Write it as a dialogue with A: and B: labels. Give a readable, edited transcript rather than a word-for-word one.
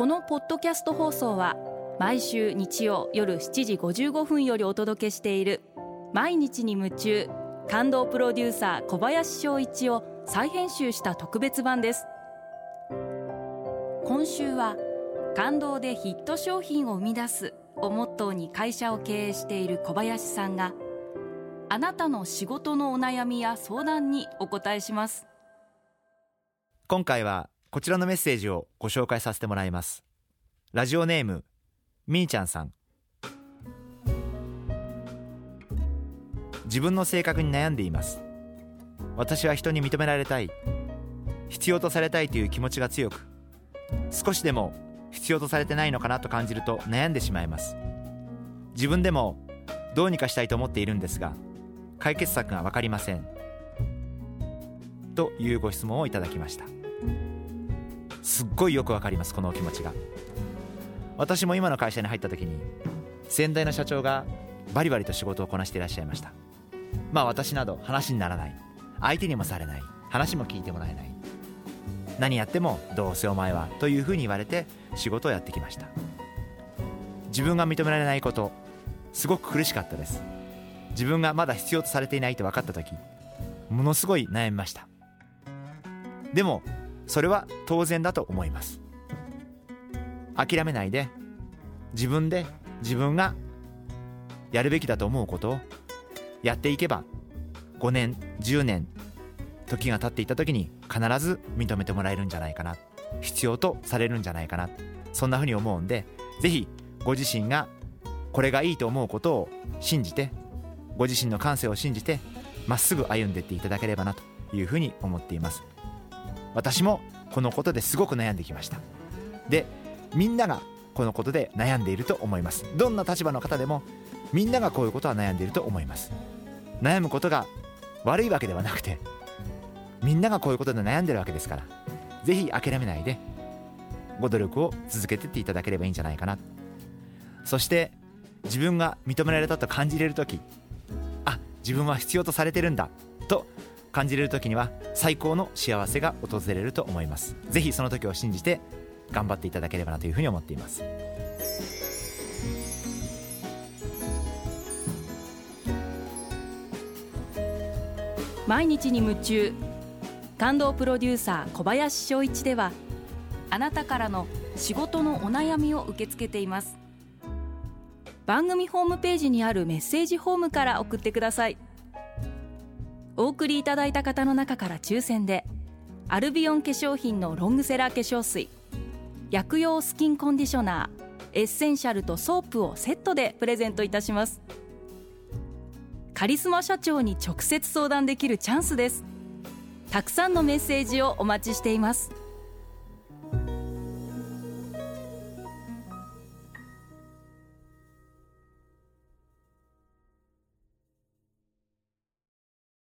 A: このポッドキャスト放送は毎週日曜夜7時55分よりお届けしている毎日に夢中感動プロデューサー小林翔一を再編集した特別版です。今週は感動でヒット商品を生み出すをモットーに会社を経営している小林さんがあなたの仕事のお悩みや相談にお答えします。
B: 今回はこちらのメッセージをご紹介させてもらいます。ラジオネームみーちゃんさん。自分の性格に悩んでいます。私は人に認められたい、必要とされたいという気持ちが強く、少しでも必要とされてないのかなと感じると悩んでしまいます。自分でもどうにかしたいと思っているんですが、解決策が分かりません、というご質問をいただきました。すっごいよく分かります、このお気持ちが。私も今の会社に入った時に先代の社長がバリバリと仕事をこなしていらっしゃいました。私など話にならない、相手にもされない、話も聞いてもらえない、何やってもどうせお前はというふうに言われて仕事をやってきました。自分が認められないこと、すごく苦しかったです。自分がまだ必要とされていないと分かった時、ものすごい悩みました。でもそれは当然だと思います。諦めないで、自分で自分がやるべきだと思うことをやっていけば、5年10年時が経っていった時に必ず認めてもらえるんじゃないかな、必要とされるんじゃないかな、そんなふうに思うんで、ぜひご自身がこれがいいと思うことを信じて、ご自身の感性を信じてまっすぐ歩んでいっていただければなというふうに思っています。私もこのことですごく悩んできました。で、みんながこのことで悩んでいると思います。どんな立場の方でもみんながこういうことは悩んでいると思います。悩むことが悪いわけではなくて、みんながこういうことで悩んでるわけですから、ぜひ諦めないでご努力を続けていっていただければいいんじゃないかな。そして自分が認められたと感じれるとき、自分は必要とされてるんだと感じれるときには最高の幸せが訪れると思います。ぜひその時を信じて頑張っていただければなというふうに思っています。
A: 毎日に夢中感動プロデューサー小林翔一では、あなたからの仕事のお悩みを受け付けています。番組ホームページにあるメッセージフォームから送ってください。お送りいただいた方の中から抽選でアルビオン化粧品のロングセラー化粧水、薬用スキンコンディショナー、エッセンシャルとソープをセットでプレゼントいたします。カリスマ社長に直接相談できるチャンスです。たくさんのメッセージをお待ちしています。